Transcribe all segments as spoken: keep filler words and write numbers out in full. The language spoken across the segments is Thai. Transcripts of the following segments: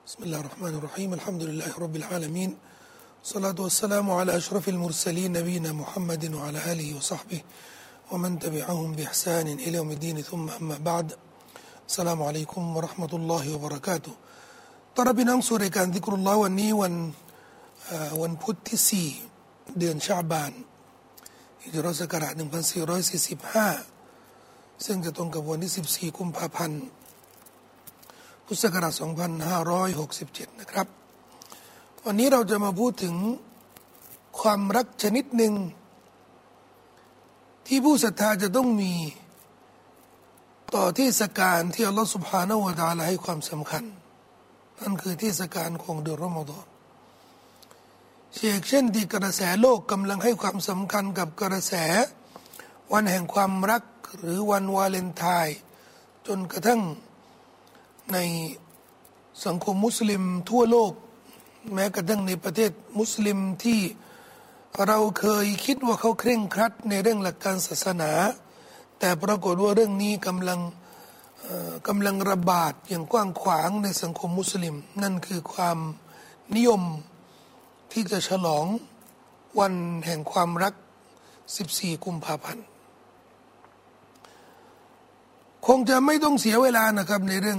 بسم الله الرحمن الرحيم الحمد لله رب العالمين الصلاة والسلام على أشرف المرسلين نبينا محمد وعلى آله وصحبه ومن تبعهم بإحسان إلى يوم الدين ثم أما بعد السلام عليكم ورحمة الله وبركاته ตอนรับพี่น้องสู่รายการซิกรุลลอฮ์วันนี้วันวันพุธที่สี่เดือนชะอ์บานฮิจเราะห์ศักราชหนึ่งพันสี่ร้อยสี่สิบห้าซึ่งจะตรงกับวันที่สิบสี่กุมภาพันธ์พุทธศักราชสองพันห้าร้อยหกสิบเจ็ดนะครับวันนี้เราจะมาพูดถึงความรักชนิดหนึ่งที่ผู้ศรัทธาจะต้องมีต่อเทศกาลที่อัลลอฮฺซุบฮานะฮูวะตะอาลาให้ความสำคัญนั่นคือเทศกาลของเดือนรอมฎอนเช่นเช่นที่กระแสโลกกำลังให้ความสำคัญกับกระแสวันแห่งความรักหรือวันวาเลนไทน์จนกระทั่งในสังคมมุสลิมทั่วโลกแม้กระทั่งในประเทศมุสลิมที่เราเคยคิดว่าเขาเคร่งครัดในเรื่องหลักการศาสนาแต่ปรากฏว่าเรื่องนี้กำลังกำลังระบาดอย่างกว้างขวางในสังคมมุสลิมนั่นคือความนิยมที่จะฉลองวันแห่งความรักสิบสี่กุมภาพันธ์คงจะไม่ต้องเสียเวลานะครับในเรื่อง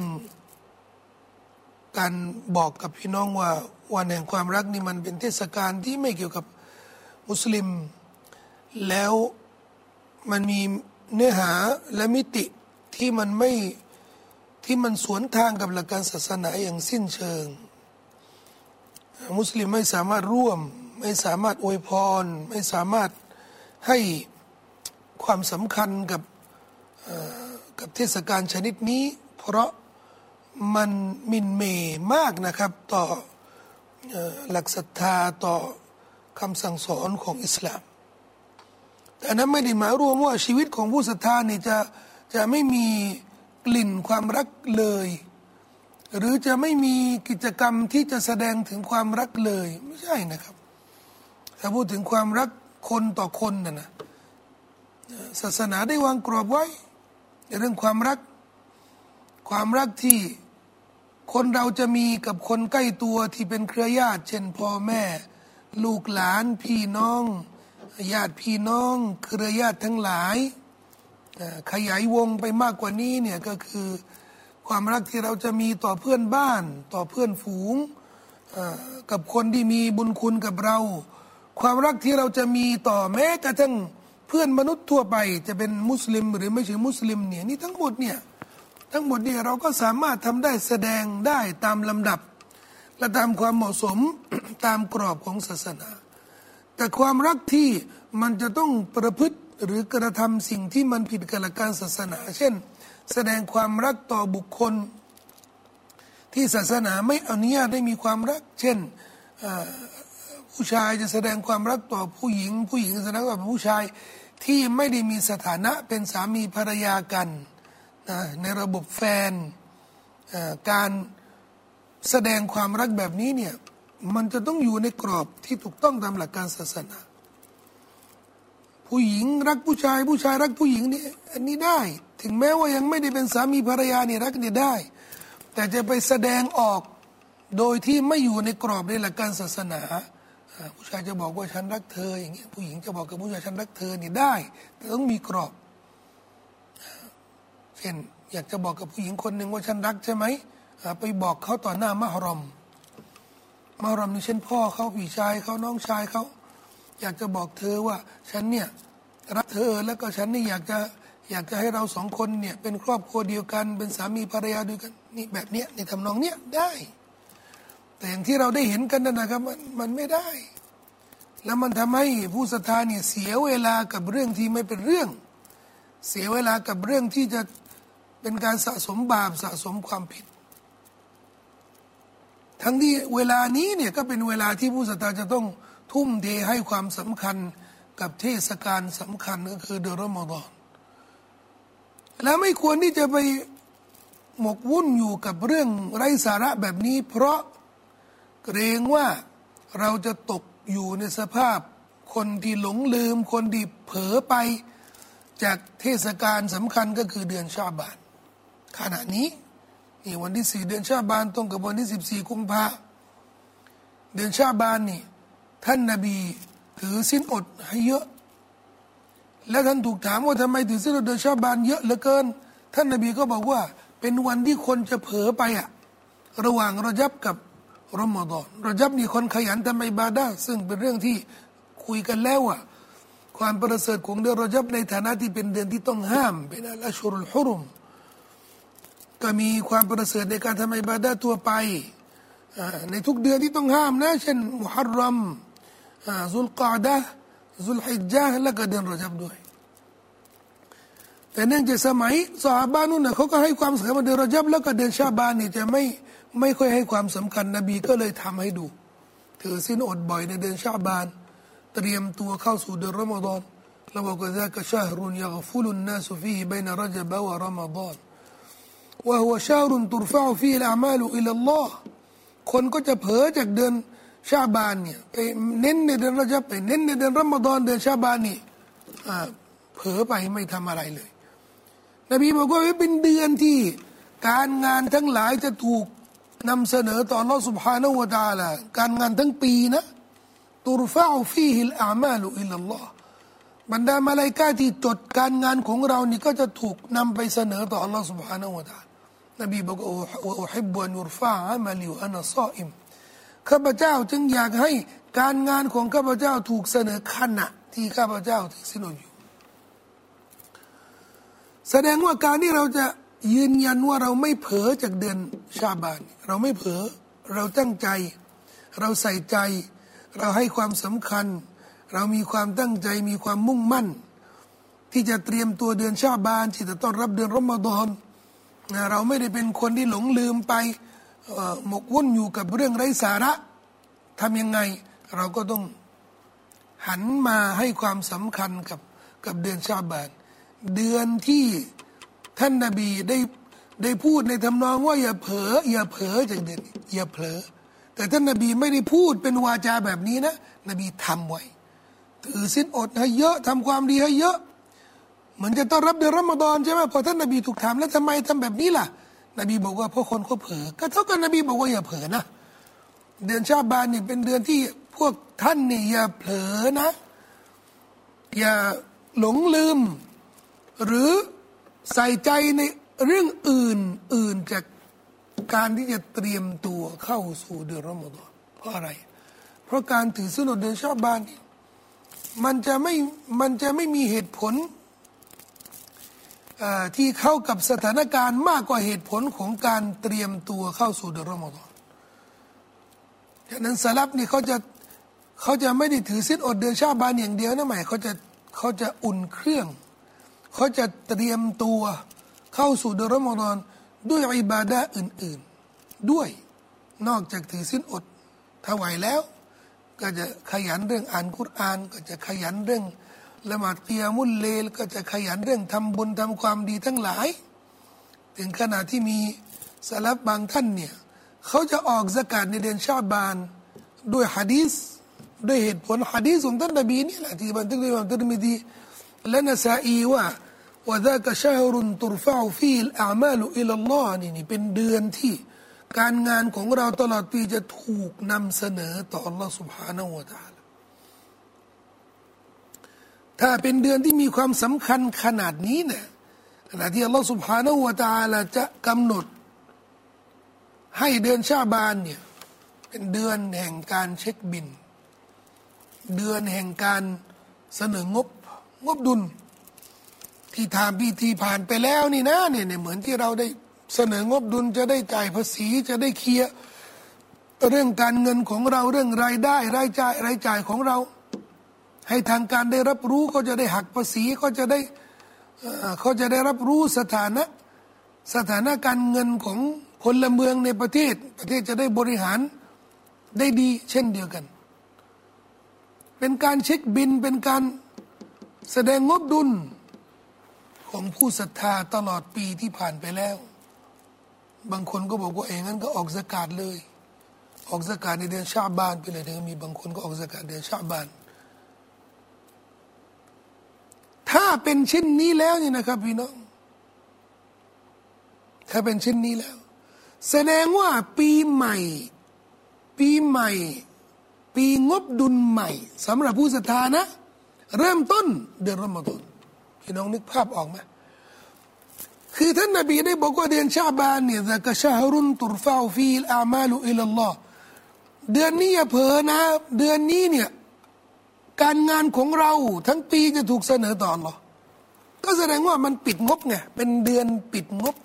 การบอกกับพี่น้องว่าวันแห่งความรักนี่มันเป็นเทศกาลที่ไม่เกี่ยวกับมุสลิมแล้วมันมีเนื้อหาและมิติที่มันไม่ที่มันสวนทางกับหลักการศาสนาอย่างสิ้นเชิงมุสลิมไม่สามารถร่วมไม่สามารถอวยพรไม่สามารถให้ความสำคัญกับกับเทศกาลชนิดนี้เพราะมันมินเมย์มากนะครับต่อหลักศรัทธาต่อคำสั่งสอนของอิสลามแต่นั้นไม่ได้หมายรวมว่าชีวิตของผู้ศรัทธานี่จะจะไม่มีกลิ่นความรักเลยหรือจะไม่มีกิจกรรมที่จะแสดงถึงความรักเลยไม่ใช่นะครับถ้าพูดถึงความรักคนต่อคนน่ะนะศาสนาได้วางกรอบไว้ในเรื่องความรักความรักที่คนเราจะมีกับคนใกล้ตัวที่เป็นเครือญาติเช่นพ่อแม่ลูกหลานพี่น้องญาติพี่น้องเครือญาติทั้งหลายขยายวงไปมากกว่านี้เนี่ยก็คือความรักที่เราจะมีต่อเพื่อนบ้านต่อเพื่อนฝูงกับคนที่มีบุญคุณกับเราความรักที่เราจะมีต่อแม้กระทั่งเพื่อนมนุษย์ทั่วไปจะเป็นมุสลิมหรือไม่ใช่มุสลิมเนี่ยนี่ทั้งหมดเนี่ยทั้งหมดเนี่ยเราก็สามารถทำได้แสดงได้ตามลำดับและตามความเหมาะสม ตามกรอบของศาสนาแต่ความรักที่มันจะต้องประพฤติหรือกระทำสิ่งที่มันผิดกับหลักการศาสนาเช่นแสดงความรักต่อบุคคลที่ศาสนาไม่อนุญาตให้มีความรักเช่นผู้ชายจะแสดงความรักต่อผู้หญิงผู้หญิงแสดงต่อผู้ชายที่ไม่ได้มีสถานะเป็นสามีภรรยากันนะในระบบแฟนการแสดงความรักแบบนี้เนี่ยมันจะต้องอยู่ในกรอบที่ถูกต้องตามหลักการศาสนาผู้หญิงรักผู้ชายผู้ชายรักผู้หญิงนี่อันนี้ได้ถึงแม้ว่ายังไม่ได้เป็นสามีภรรยาเนี่ยรักเนี่ยได้แต่จะไปแสดงออกโดยที่ไม่อยู่ในกรอบในหลักการศาสนาผู้ชายจะบอกว่าฉันรักเธออย่างเงี้ยผู้หญิงจะบอกกับผู้ชายฉันรักเธอนี่ได้แต่ต้องมีกรอบเช่นอยากจะบอกกับผู้หญิงคนหนึ่งว่าฉันรักใช่ไหมไปบอกเขาต่อหน้ามะฮรอมมะฮรอมนี่เช่นพ่อเขาพี่ชายเขาน้องชายเขาอยากจะบอกเธอว่าฉันเนี่ยรักเธอแล้วก็ฉันนี่อยากจะอยากจะให้เราสองคนเนี่ยเป็นครอบครัวเดียวกันเป็นสามีภรรยาด้วยกันนี่แบบเนี้ยในทำนองเนี้ยได้แต่อย่างที่เราได้เห็นกันนะครับมันมันไม่ได้แล้วมันทำให้ผู้ศรัทธาเนี่ยเสียเวลากับเรื่องที่ไม่เป็นเรื่องเสียเวลากับเรื่องที่จะเป็นการสะสมบาปสะสมความผิดทั้งที่เวลานี้เนี่ยก็เป็นเวลาที่ผู้ศรัทธาจะต้องทุ่มเทให้ความสำคัญกับเทศกาลสำคัญก็คือเดือนรอมฎอนแล้วไม่ควรที่จะไปหมกวุ่นอยู่กับเรื่องไร้สาระแบบนี้เพราะเกรงว่าเราจะตกอยู่ในสภาพคนที่หลงลืมคนที่เผลอไปจากเทศกาลสำคัญก็คือเดือนชะอ์บานขณะนี้นี่วันที่สี่เดือนชาบานตรงกับวันที่สิบสี่กุมภาเดือนชาบานนี่ท่านนบีถือศีลอดให้เยอะและท่านถูกถามว่าทำไมถือศีลอดเดือนชาบานเยอะเหลือเกินท่านนบีก็บอกว่าเป็นวันที่คนจะเผลอไปอะระหว่างรอญับกับรอมฎอนรอญับนี่คนขยันทำอิบาดะห์ซึ่งเป็นเรื่องที่คุยกันแล้วอะความประเสริฐของเดือนรอญับในฐานะที่เป็นเดือนที่ต้องห้ามเป็นอัลอัชรุลฮุรุมก็มีความประเสริฐในการทำอิบาดะห์ทั่วไปในทุกเดือนที่ต้องห้ามนะเช่นมุฮัรรอมซุลกอดะห์ซุลฮิจญะห์และก็เดือนรอญับด้วยแต่เนื่องจากสมัยซอฮาบะห์นู่นน่ะเขาก็ให้ความสำคัญเดือนรอญับแล้วก็เดือนชาบานนี่จะไม่ไม่ค่อยให้ความสำคัญนบีก็เลยทำให้ดูถือศีลอดบ่อยในเดือนชาบานเตรียมตัวเข้าสู่เดือนรอมฎอนแล้วบอกว่าซะกะชะฮรุนยัฆฟุลุนนาสฟีฮิบัยนะรอญบะวะรอมฎอนวะฮุวะชะฮรุนตุรฟะอุฟีฮิอัลอามาลุอิลัลลอฮ์คนก็จะเผลอจากเดือนชาบานเนี่ยไปเน้นในเดือนรอญับไปเน้นในเดือนรอมฎอนเดือนชาบานนี่เผลอไปไม่ทำอะไรเลยนบีบอกว่าเป็นเดือนที่การงานทั้งหลายจะถูกนำเสนอต่ออัลลอฮฺ سبحانه และ تعالى การงานทั้งปีนะตุรฟะอุฟีฮิลอามาลุอิลลัลลอฮ์บรรดามาลาอิกะฮ์ที่จดการงานของเรานี่ก็จะถูกนำไปเสนอต่ออัลลอฮฺ سبحانه และ تعالى นบีบอกว่าอุฮิบบุอันยุรฟะอามัลีวะอะนะศออิมข้าพเจ้าจึงอยากให้การงานของข้าพเจ้าถูกเสนอขณะที่ข้าพเจ้าถือศีลอดอยู่แสดงว่าการที่เราจะยืนยันว่าเราไม่เผลอจากเดือนชาบานเราไม่เผลอเราตั้งใจเราใส่ใจเราให้ความสำคัญเรามีความตั้งใจมีความมุ่งมั่นที่จะเตรียมตัวเดือนชาบานที่จะต้อนรับเดือนรอมฎอนนะเราไม่ได้เป็นคนที่หลงลืมไปหมกมุ่นอยู่กับเรื่องไร้สาระทำยังไงเราก็ต้องหันมาให้ความสำคัญกับกับเดือนชาบานเดือนที่ท่านนบีได้ได้พูดในทำนองว่าอย่าเผลออย่าเผลอจากเดือนอย่าเผลอแต่ท่านนบีไม่ได้พูดเป็นวาจาแบบนี้นะนบีทำไว้ถือศีลอดให้เยอะทำความดีให้เยอะเหมือนจะต้อนรับเดือนรอมฎอนใช่ไหมพอท่านนบีถูกถามแล้วทำไมทำแบบนี้ล่ะนบีบอกว่าเพราะคนเขาเผลอก็เท่ากับนบีบอกว่าอย่าเผลอนะเดือนชาบานนี่เป็นเดือนที่พวกท่านนี่อย่าเผลอนะอย่าหลงลืมหรือใส่ใจในเรื่องอื่นอื่นจากการที่จะเตรียมตัวเข้าสู่เดือนรอมฎอนเพราะอะไรเพราะการถือศีลอดเดือนชาบานนี่มันจะไม่มันจะไม่มีเหตุผลที่เข้ากับสถานการณ์มากกว่าเหตุผลของการเตรียมตัวเข้าสู่เดือนรอมฎอนฉะนั้นสลับนี่เขาจะเขาจะไม่ได้ถือศีลอดเดือนชาบานอย่างเดียวนะหมายเขาจะเขาจะอุ่นเครื่องเขาจะเตรียมตัวเข้าสู่เดือนรอมฎอนด้วยอิบาดะห์อื่นๆด้วยนอกจากถือศีลอดถวายแล้วก็จะขยันเรื่องอ่านกุรอานก็จะขยันเรื่องละหมาดกิยามุลเลลก็จะขยันเรื่องทำบุญทำความดีทั้งหลายถึงขนาดที่มีสลับบางท่านเนี่ยเขาจะออกซะกาตในเดือนชาบานด้วยหะดีษด้วยเหตุผลหะดีษของท่านนบีนี่แหละที่บันทึกโดยอิหม่ามติรมิซีและนะซาอีว่าว่าซะกะชะฮรุนตุรฟะอุฟีฮิลอามาลุอิลัลลอฮ์นี่นี่เป็นเดือนที่การงานของเราตลอดปีจะถูกนำเสนอต่ออัลลอฮ์ سبحانه และ تعالى ถ้าเป็นเดือนที่มีความสำคัญขนาดนี้เนี่ยขณะที่อัลลอฮ์ سبحانه และ تعالى จะกำหนดให้เดือนชาบานเนี่ยเป็นเดือนแห่งการเช็คบิลเดือนแห่งการเสนองบงบดุลที่ทำพิธีผ่านไปแล้วนี่นะเนี่ยเหมือนที่เราได้เสนองบดุลจะได้จ่ายภาษีจะได้เคลียร์เรื่องการเงินของเราเรื่องรายได้รายจ่ายรายจ่ายของเราให้ทางการได้รับรู้เขาจะได้หักภาษีเขาจะได้เขาจะได้รับรู้สถานะสถานะการเงินของพลเมืองในประเทศประเทศจะได้บริหารได้ดีเช่นเดียวกันเป็นการเช็คบิลเป็นการแสดงงบดุลของผู้ศรัทธาตลอดปีที่ผ่านไปแล้วบางคนก็บอกว่าเองงั้นก็ออกซะกาตเลยออกซะกาตในเดือนชาบานไปเลยถึงมีบางคนก็ออกซะกาตเดือนชาบานถ้าเป็นเช่นนี้แล้วนี่นะครับพี่น้องถ้าเป็นเช่นนี้แล้วแสดงว่าปีใหม่ปีใหม่ปีงบดุลใหม่สำหรับผู้ศรัทธานะเริ่มต้นเดือนรอมฎอนพี่น้องนึกภาพออกไหมคือท่านนบีได้บอกว่าเดือนชาบานเนี่ยจะกะชะฮรุนตุรฟาฟีลอามาลุอิลลอฮ์เดือนนี้อย่าเผลอนะเดือนนี้เนี่ยการงานของเราทั้งปีจะถูกเสนอต่ออัลลอฮ์ก็แสดงว่ามันปิดงบไงเป็นเดือนปิดงบ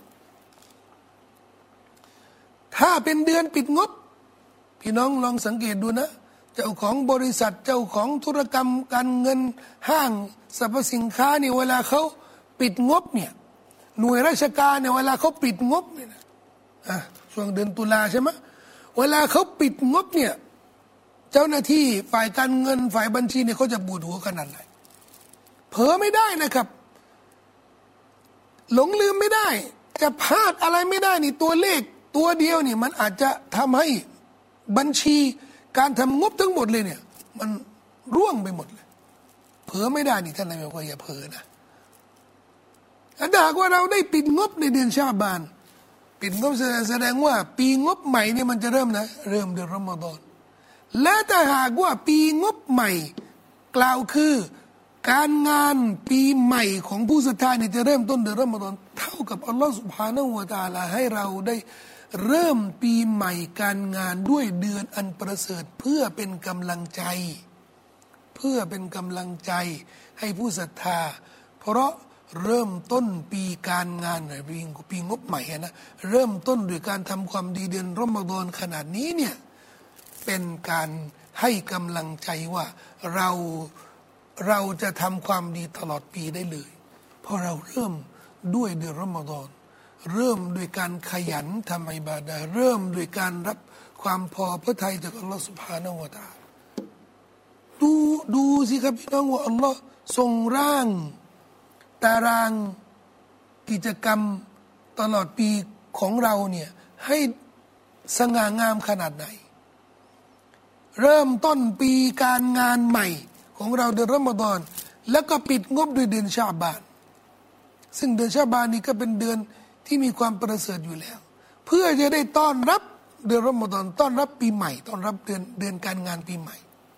ถ้าเป็นเดือนปิดงบพี่น้องลองสังเกตดูนะเจ้าของบริษัทเจ้าของธุรกรรมการเงินห้างสรรพสินค้าเนี่ยเวลาเขาปิดงบเนี่ยหน่วยราชการเนี่ยเวลาเขาปิดงบเนี่ยอ่ะช่วงเดือนตุลาใช่ไหมเวลาเขาปิดงบเนี่ยเจ้าหน้าที่ฝ่ายการเงินฝ่ายบัญชีเนี่ยเขาจะปวดหัวขนาดไหนเผลอไม่ได้นะครับหลงลืมไม่ได้จะพลาดอะไรไม่ได้นี่ตัวเลขตัวเดียวนี่มันอาจจะทำให้บัญชีการทำงบทั้งหมดเลยเนี่ยมันร่วงไปหมดเลยเผลอไม่ได้นี่ท่านนายบอกว่าอย่าเผลอนะถ้าหากว่าเราได้ปิดงบในเดือนชาบานปิดงบแสดงว่าปีงบใหม่เนี่ยมันจะเริ่มนะเริ่มเดือนรอมฎอนและถ้าหากว่าปีงบใหม่กล่าวคือการงานปีใหม่ของผู้ศรัทธาเนี่ยจะเริ่มต้นเดือนรอมฎอนเท่ากับอัลลอฮฺซุบฮานะฮูวะตะอาลาให้เราได้เริ่มปีใหม่การงานด้วยเดือนอันประเสริฐเพื่อเป็นกำลังใจเพื่อเป็นกำลังใจให้ผู้ศรัทธาเพราะเริ่มต้นปีการงานหน่อยปีปีงบใหม่นะเริ่มต้นด้วยการทำความดีเดือนรอมฎอนขนาดนี้เนี่ยเป็นการให้กำลังใจว่าเราเราจะทำความดีตลอดปีได้เลยเพราะเราเริ่มด้วยเดือนรอมฎอนเริ่มด้วยการขยันทำอิบาดะห์เริ่มด้วยการรับความพอพระทัยจากอัลลอฮฺ سبحانه และ تعالى ดูดูสิครับพี่น้องว่าอัลลอฮฺทรงร่างตารางกิจกรรมตลอดปีของเราเนี่ยให้สง่างามขนาดไหนเริ่มต้นปีการงานใหม่ของเราเดือนรอมฎอนแล้วก็ปิดงบด้วยเดือนชาบานซึ่งเดือนชาบานนี้ก็เป็นเดือนที่มีความประเสริฐอยู่แล้วเพื่อจะได้ต้อนรับเดือนรอมฎอนต้อนรับปีใหม่ต้อนรับเดือนเดือนการงานปีใหม่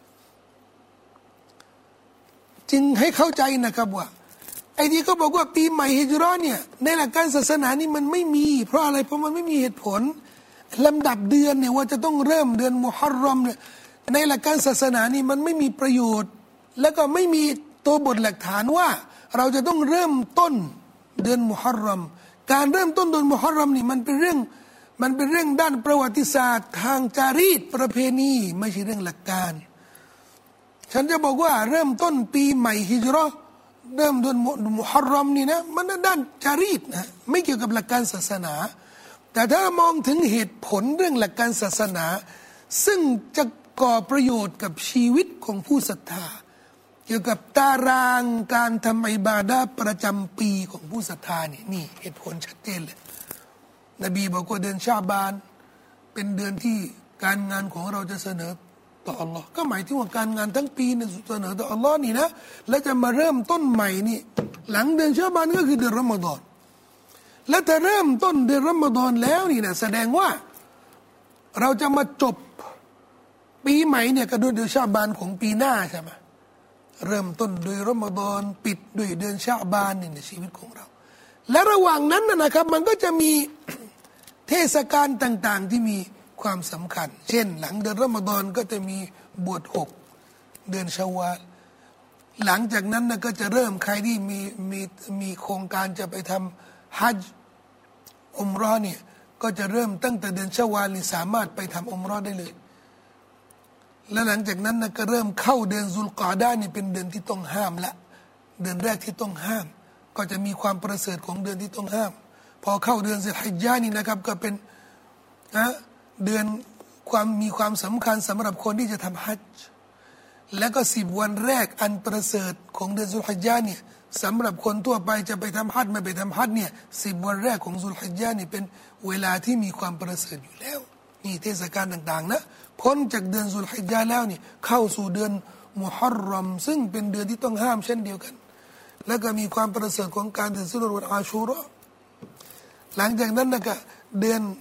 จึงให้เข้าใจนะครับว่าไอ้ที่เขาบอกว่าปีใหม่ฮิจเราะห์เนี่ยในหลักการศาสนานี่มันไม่มีเพราะอะไรเพราะมันไม่มีเหตุผลลำดับเดือนเนี่ยว่าจะต้องเริ่มเดือนมุฮัรรอมเนี่ยในหลักการศาสนานี่มันไม่มีประโยชน์แล้วก็ไม่มีตัวบทหลักฐานว่าเราจะต้องเริ่มต้นเดือนมุฮัรรอมการเริ่มต้นเดือนมุฮัรรอมนี่มันเป็นเรื่องมันเป็นเรื่องด้านประวัติศาสตร์ทางจารีตประเพณีไม่ใช่เรื่องหลักการฉันจะบอกว่าเริ่มต้นปีใหม่ฮิจเราะห์เริ่มเดือนมุฮัรรอมนี่นะมันด้านจารีตนะไม่เกี่ยวกับหลักการศาสนาแต่ถ้ามองถึงเหตุผลเรื่องหลักการศาสนาซึ่งจะก่อประโยชน์กับชีวิตของผู้ศรัทธาเกี่ยวกับตารางการทำอิบาดะห์ประจำปีของผู้ศรัทธานี่นี่เหตุผลชัดเจนเลยนบีบอกว่าเดือนชาบานเป็นเดือนที่การงานของเราจะเสนอต่ออัลลอฮ์ก็หมายถึงว่าการงานทั้งปีเนี่ยเสนอต่ออัลลอฮ์นี่นะและจะมาเริ่มต้นใหม่นี่หลังเดือนชาบานก็คือเดือนรอมฎอนและถ้าเริ่มต้นเดือนรอมฎอนแล้วนี่นะแสดงว่าเราจะมาจบปีใหม่เนี่ยก็ด้วยเดือนชาบานของปีหน้าใช่ไหมเริ่มต้นด้วยรอมฎอนปิดด้วยเดือนชาบานนี่ในชีวิตของเราและระหว่างนั้นนะครับมันก็จะมีเทศกาลต่างๆที่มีความสำคัญเช่นหลังเดือนรอมฎอนก็จะมีบวชหกเดือนชาวาลหลังจากนั้นนะก็จะเริ่มใครที่มีมีมีโครงการจะไปทำฮัจญ์อุมเราะห์เนี่ยก็จะเริ่มตั้งแต่เดือนชาวาลนี่สามารถไปทำอุมเราะห์ได้เลยและหลังจากนั้นนะก็เริ่มเข้าเดือนซุลกออดะห์นี่เป็นเดือนที่ต้องห้ามละเดือนแรกที่ต้องห้ามก็จะมีความประเสริฐของเดือนที่ต้องห้ามพอเข้าเดือนซิลฮิจญะห์นี่นะครับก็เป็นนะเดือนความมีความสำคัญสำหรับคนที่จะทำฮัจญ์และก็สิบวันแรกอันประเสริฐของเดือนซุลฮิจญะห์เนี่ยสำหรับคนทั่วไปจะไปทำฮัจญ์ไม่ไปทำฮัจญ์เนี่ยสิบวันแรกของซุลฮิจญะห์นี่เป็นเวลาที่มีความประเสริฐอยู่แล้วนี่เทศกาลต่างๆนะพ้นจากเดือนซุลฮิจญะห์แล้วนี่เข้าสู่เดือนมุฮัรรอมซึ่งเป็นเดือนที่ต้องห้ามเช่นเดียวกันแล้วก็มีความประเสริฐของการถือศีลวันอาชูเราะห์หลังจากนั้นนะก็เดือน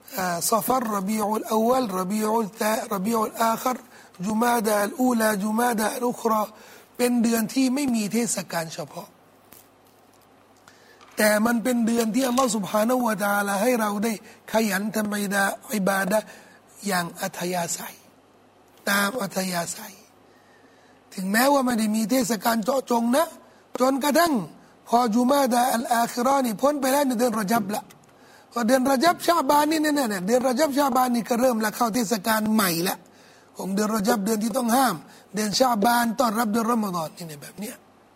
ซอฟัรรบีอุลอวัลรบีอุลตารบีอุลอาครจุมาดะอัลอูลาจุมาดะอัลอุคราเป็นเดือนที่ไม่มีเทศกาลเฉพาะแต่มันเป็นเดือนที่อัลลอฮฺ سبحانه และ تعالى ให้เราได้ขยันทำอิบาดะอิบาดะอย่างอัธยาศัยตามอัธยาศัยถึงแม้ว่าไม่ได้มีเทศกาลเจาะจงนะจนกระทั่งพอจุมาดะอัลอาคิเราะห์นี่พ้นไปแล้วในเดือนรอญับละพอเดือนรอญับชาบานนี่เนี่ยเนี่ยเดือนรอญับชาบานนี่ก็เริ่มละเข้าเทศกาลใหม่ละของเดือนรอญับเดือนที่ต้องห้ามเดือนชาบานต้อนรับเดือนรอมฎอนนี่เนี่ยแบบเนี้ย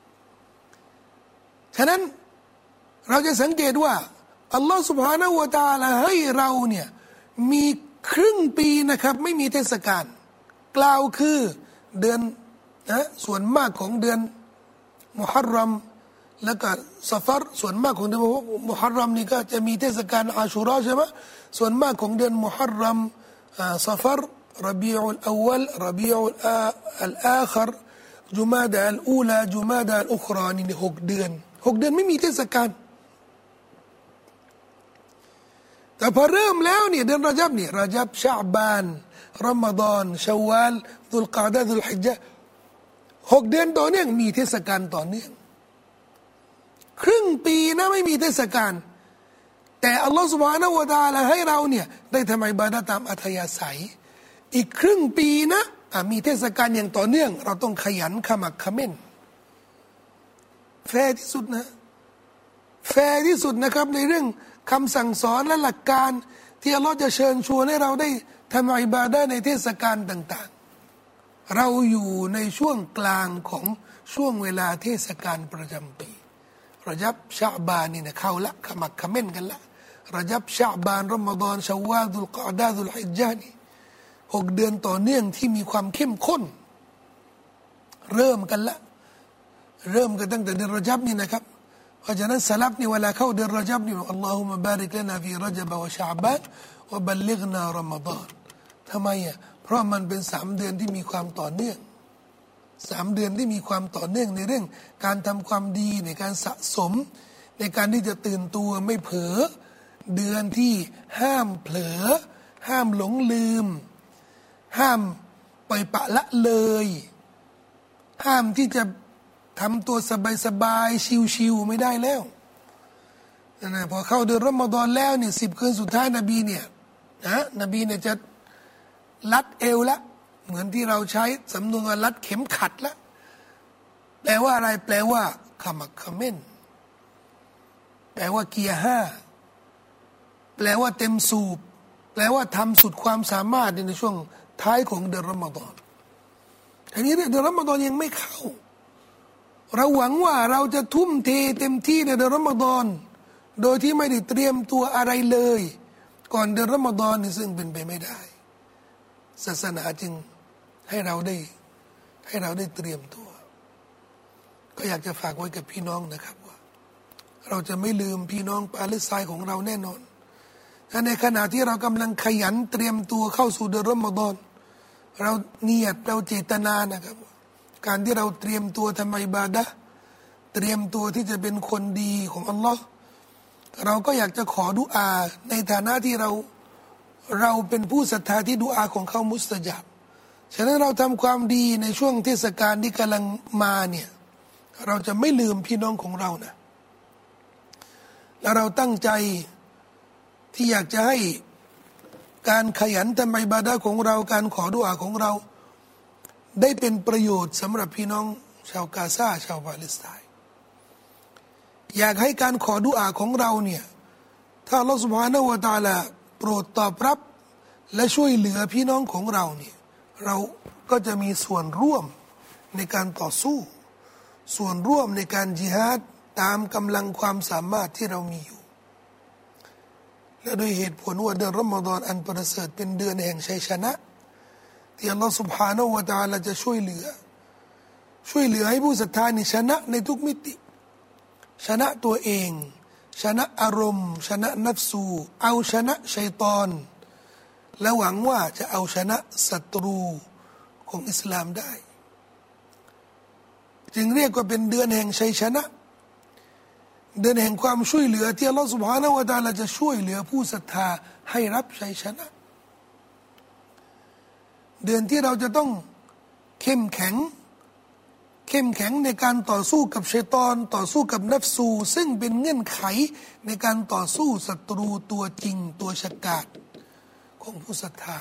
ฉะนั้นเราจะสังเกตว่าอัลลอฮฺ سبحانه และ تعالى ให้เราเนี่ยมีครึ่งปีนะครับไม่มีเทศกาลกล่าวคือเดือนนะส่วนมากของเดือนมุฮัรรอมแล้วก็ซะฟัรส่วนมากของเดือนมุฮัรรอมนี่ก็จะมีเทศกาลอาชูเราะห์ใช่ไหมส่วนมากของเดือนมุฮัรรอมซะฟัรรบีอุลอวัลรบีอุลอัลอาครจุมาดะอัลอูลาจุมาดะอัลอุครานี่หกเดือนหกเดือนไม่มีเทศกาลแต่พอเริ่มแล้วเนี่ยเดือนรอญับเนี่ยรอญับชะบานรอมฎอนชาวาลซุลกออดะห์ซุลฮิจญะห์หกเดือนต่อเนื่องมีเทศกาลต่อเนื่องครึ่งปีนะไม่มีเทศกาลแต่อัลลอฮฺ سبحانه และ تعالى ให้เราเนี่ยได้ทำอิบาดะห์ตามอัธยาศัยอีกครึ่งปีนะมีเทศกาลอย่างต่อเนื่องเราต้องขยันขมักเขม้นแฟร์ที่สุดนะแฟร์ที่สุดนะครับในเรื่องคำสั่งสอนและหลักการที่อัลลอฮฺจะเชิญชวนให้เราได้ทำอิบาดะห์ในเทศกาลต่างๆเราอยู่ในช่วงกลางของช่วงเวลาเทศกาลประจำปีรอญับชะบานนี่นะเข้าละขมักเขม้นกันละรอญับชะบานรอมฎอนชาวาลซุลกออดะห์ซุลฮิจญะห์นี่หกเดือนต่อเนื่องที่มีความเข้มข้นเริ่มกันละเริ่มกันตั้งแต่เดือนรอญับนี่นะครับเพราะฉะนั้นสลับนี่เวลาเข้าเดือนรอญับนี่อัลลอฮุมะบาริกลนาฟีรอญับวะชะบานวะบัลลิกนารอมฎอนทำไมอ่ะเพราะมันเป็นสามเดือนที่มีความต่อเนื่องสามเดือนที่มีความต่อเนื่องในเรื่องการทำความดีในการสะสมในการที่จะตื่นตัวไม่เผลอเดือนที่ห้ามเผลอห้ามหลงลืมห้ามปล่อยปละละเลยห้ามที่จะทำตัวสบายๆชิวๆไม่ได้แล้วนะพอเข้าเดือนรอมฎอนแล้วเนี่ยสิบคืนสุดท้ายนบีเนี่ยนะนบีเนี่ยจะลัดเอวละเหมือนที่เราใช้สำนวนลัดเข็มขัดละแปลว่าอะไรแปลว่าขมักเขม้นแปลว่าเกียร์ห้าแปลว่าเต็มสูบแปลว่าทำสุดความสามารถในช่วงท้ายของเดือนรอมฎอนทีนี้เดือนรอมฎอนยังไม่เข้าเราหวังว่าเราจะทุ่มเทเต็มที่ในเดือนรอมฎอนโดยที่ไม่ได้เตรียมตัวอะไรเลยก่อนเดือนรอมฎอนนี่ซึ่งเป็นไปไม่ได้ศาสนาจึงให้เราได้ให้เราได้เตรียมตัวก็อยากจะฝากไว้กับพี่น้องนะครับว่าเราจะไม่ลืมพี่น้องปาเลสไตน์ของเราแน่นอนถ้าในขณะที่เรากำลังขยันเตรียมตัวเข้าสู่เดือนรอมฎอนเราเนียดเราเจตนานะครับการที่เราเตรียมตัวทำอิบาดะห์เตรียมตัวที่จะเป็นคนดีของอัลลอฮ์เราก็อยากจะขอดุอาในฐานะที่เราเราเป็นผู้ศรัทธาที่ดุอาของเขามุสตะญาบฉะนั้นเราทำความดีในช่วงเทศกาลที่กำลังมาเนี่ยเราจะไม่ลืมพี่น้องของเรานะและเราตั้งใจที่อยากจะให้การขยันทำอิบาดะห์ของเราการขอดุอาของเราได้เป็นประโยชน์สำหรับพี่น้องชาวกาซาชาวปาเลสไตน์อยากให้การขอดุอาของเราเนี่ยถ้าอัลลอฮฺ سبحانه และ تعالى โปรดตอบรับและช่วยเหลือพี่น้องของเราเนี่ยเราก็จะมีส่วนร่วมในการต่อสู้ส่วนร่วมในการญิฮาดตามกำลังความสามารถที่เรามีอยู่และโดยเหตุผลว่าเดือนรอมฎอนอันประเสริฐเป็นเดือนแห่งชัยชนะที่อัลลอฮฺ سبحانه และ تعالى จะช่วยเหลือช่วยเหลือให้ผู้ศรัทธานี่ชนะในทุกมิติชนะตัวเองชนะอารมณ์ชนะนัฟซูเอาชนะชัยฏอนและหวังว่าจะเอาชนะศัตรูของอิสลามได้จึงเรียกว่าเป็นเดือนแห่งชัยชนะเดือนแห่งความช่วยเหลือที่อัลลอฮฺ سبحانه และ تعالى จะช่วยเหลือผู้ศรัทธาให้รับชัยชนะเดือนที่เราจะต้องเข้มแข็งเข้มแข็งในการต่อสู้กับชัยฏอนต่อสู้กับนัฟซูซึ่งเป็นเงื่อนไขในการต่อสู้ศัตรูตัวจริงตัวฉกาจของผู้ศรัทธา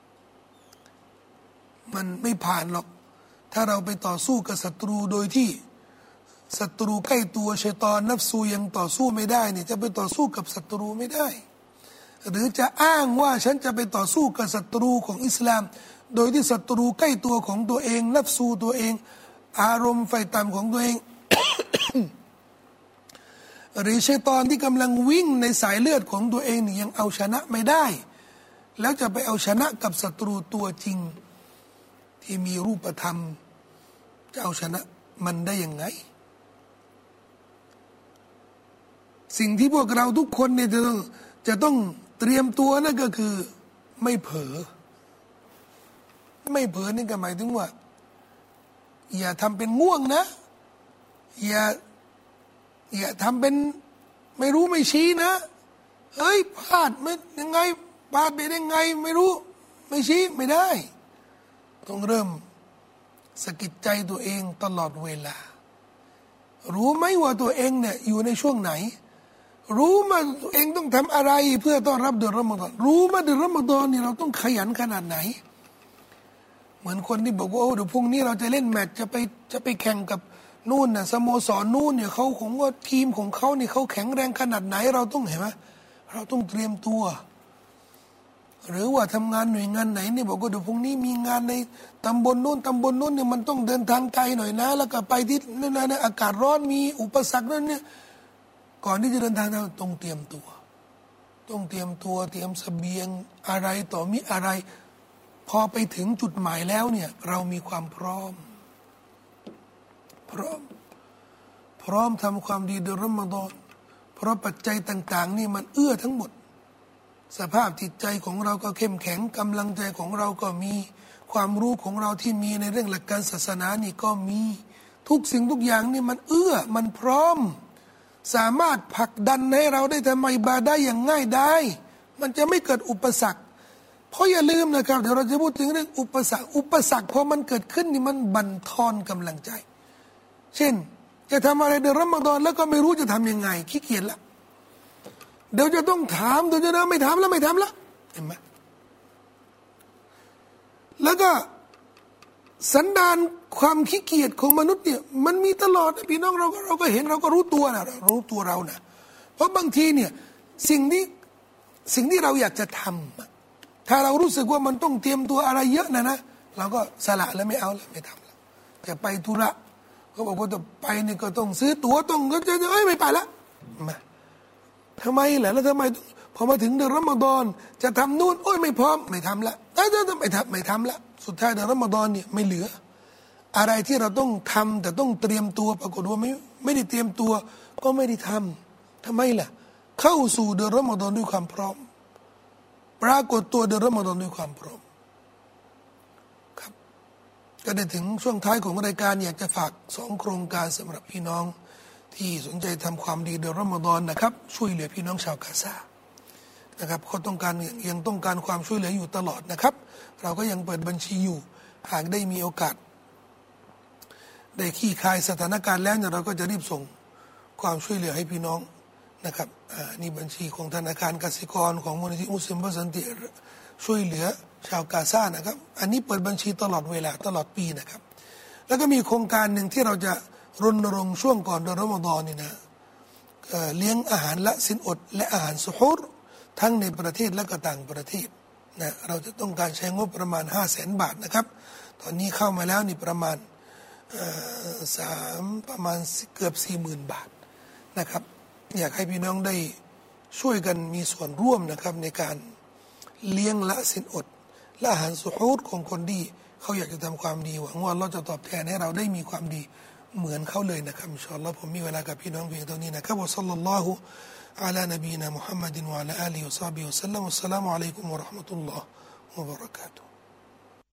มันไม่ผ่านหรอกถ้าเราไปต่อสู้กับศัตรูโดยที่ศัตรูใกล้ตัวชัยฏอนนัฟซูยังต่อสู้ไม่ได้เนี่ยจะไปต่อสู้กับศัตรูไม่ได้หรือจะอ้างว่าฉันจะไปต่อสู้กับศัตรูของอิสลามโดยที่ศัตรูใกล้ตัวของตัวเองนัฟซูตัวเองอารมณ์ไฟต่ำของตัวเอง หรือชัยฏอนที่กำลังวิ่งในสายเลือดของตัวเองนี่ยังเอาชนะไม่ได้แล้วจะไปเอาชนะกับศัตรูตัวจริงที่มีรูปธรรมจะเอาชนะมันได้ยังไงสิ่งที่พวกเราทุกคนเนี่ยจะต้องจะต้องเตรียมตัวนั่นก็คือไม่เผลอไม่เผลอนี่ก็หมายถึงว่าอย่าทำเป็นง่วงนะอย่าอย่าทำเป็นไม่รู้ไม่ชี้นะเฮ้ยพลาดไม่ยังไงพลาดไปได้ไงไม่รู้ไม่ชี้ไม่ได้ต้องเริ่มสะกิดใจตัวเองตลอดเวลารู้ไหมว่าตัวเองเนี่ยอยู่ในช่วงไหนรู้มาตัวเองต้องทำอะไรเพื่อต้อนรับเดือนรอมฎอนรู้มาเดือนรอมฎอนนี่เราต้องขยันขนาดไหนเหมือนคนที่บอกว่าโอ้เดี๋ยวพรุ่งนี้เราจะเล่นแมตช์จะไปจะไปแข่งกับนู่นน่ะสโมสรนู่นเนี่ยเขาของว่าทีมของเขาเนี่ยเขาแข็งแรงขนาดไหนเราต้องเห็นไหมเราต้องเตรียมตัวหรือว่าทำงานหน่วยงานไหนเนี่ยบอกว่าเดี๋ยวพรุ่งนี้มีงานในตำบลนู่นตำบลนู่นเนี่ยมันต้องเดินทางไกลหน่อยนะแล้วก็ไปที่นั่นนะอากาศร้อนมีอุปสรรคนั่นเนี่ยก่อนที่จะเดินทางเราต้องเตรียมตัวต้องเตรียมตัวเตรียมเสบียงอะไรต่อมีอะไรพอไปถึงจุดหมายแล้วเนี่ยเรามีความพร้อมพร้อมพร้อมทำความดีเดือนรอมฎอนเพราะปัจจัยต่างๆนี่มันเอื้อทั้งหมดสภาพจิตใจของเราก็เข้มแข็งกำลังใจของเราก็มีความรู้ของเราที่มีในเรื่องหลักการศาสนานี่ก็มีทุกสิ่งทุกอย่างนี่มันเอื้อมันพร้อมสามารถผลักดันให้เราได้ทำอิบาดะห์อย่างง่ายได้มันจะไม่เกิดอุปสรรคเพราะอย่าลืมนะครับเดี๋ยวเราจะพูดถึงเรื่องอุปสรรคอุปสรรคพอมันเกิดขึ้นนี่มันบั่นทอนกำลังใจเช่นจะทำอะไรเดือนรอมฎอนแล้วก็ไม่รู้จะทำยังไงขี้เกียจละเดี๋ยวจะต้องถามเดี๋ยวจะไม่ถามแล้วไม่ทำแล้วเห็นไหมแล้วก็สันดานความขี้เกียจของมนุษย์เนี่ยมันมีตลอดพี่น้องเราก็เราก็เห็นเราก็รู้ตัวนะเรารู้ตัวเรานะเพราะบางทีเนี่ยสิ่งที่สิ่งที่เราอยากจะทำถ้าเรารู้สึกว่ามันต้องเตรียมตัวอะไรเยอะนะนะเราก็สละแล้วไม่เอาแล้วไม่ทำแล้วจะไปธุระเขาบอกว่าจะไปนี่ก็ต้องซื้อตั๋วต้องก็จะเอ้ยไม่ไปละมาทำไมล่ะแล้วทำไมพอมาถึงเดือนรอมฎอนจะทำนู่นโอ้ยไม่พร้อมไม่ทำละถ้าจะไม่ทำไม่ทำละสุดท้ายเดือนรอมฎอนเนี่ยไม่เหลืออะไรที่เราต้องทำแต่ต้องเตรียมตัวปรากฏว่าไม่ไม่ได้เตรียมตัวก็ไม่ได้ทำทำไมล่ะเข้าสู่เดือนรอมฎอนด้วยความพร้อมปรากฏตัวเดือนรอมฎอนด้วยความพร้อมครับก็ได้ถึงช่วงท้ายของรายการอยากจะฝากสองโครงการสำหรับพี่น้องที่สนใจทำความดีเดือนรอมฎอนนะครับช่วยเหลือพี่น้องชาวกาซานะครับเขาต้องการยังต้องการความช่วยเหลืออยู่ตลอดนะครับเราก็ยังเปิดบัญชีอยู่หากได้มีโอกาสได้ขี้คายสถานการณ์แล้วเนี่ยเราก็จะรีบส่งความช่วยเหลือให้พี่น้องนะครับนี่บัญชีของธนาคารกสิกรของมูลนิธิมุสลิมเพื่อสันติช่วยเหลือชาวกาซานะครับอันนี้เปิดบัญชีตลอดเวลาตลอดปีนะครับแล้วก็มีโครงการหนึ่งที่เราจะรณรงค์ช่วงก่อนเดือนรอมฎอนนี่นะเลี้ยงอาหารละสินอดและอาหารสุฮูรทั้งในประเทศและก็ต่างประเทศนะเราจะต้องการใช้งบประมาณห้าแสนบาทนะครับตอนนี้เข้ามาแล้วนี่ประมาณสามประมาณเกือบสี่หมื่นบาทนะครับอยากให้พี่น้องได้ช่วยกันมีส่วนร่วมนะครับในการเลี้ยงละสินอดและอาหารสุฮูรของคนที่เขาอยากจะทำความดีหวังว่าเราจะตอบแทนให้เราได้มีความดีเหมือนเขาเลยนะครับอินชาอัลลอฮ์ผมมีเวลากับพี่น้องเพียงเท่านี้นะครับวะซัลลัลลอฮุอะลานบีนะมุฮัมมัดวะอะลาอาลีฮิวะซอฮบิฮิวะซัลลัมวัสสลามุอะลัยกุมวะเราะห์มะตุลลอฮ์วะบะเราะกาตุฮ์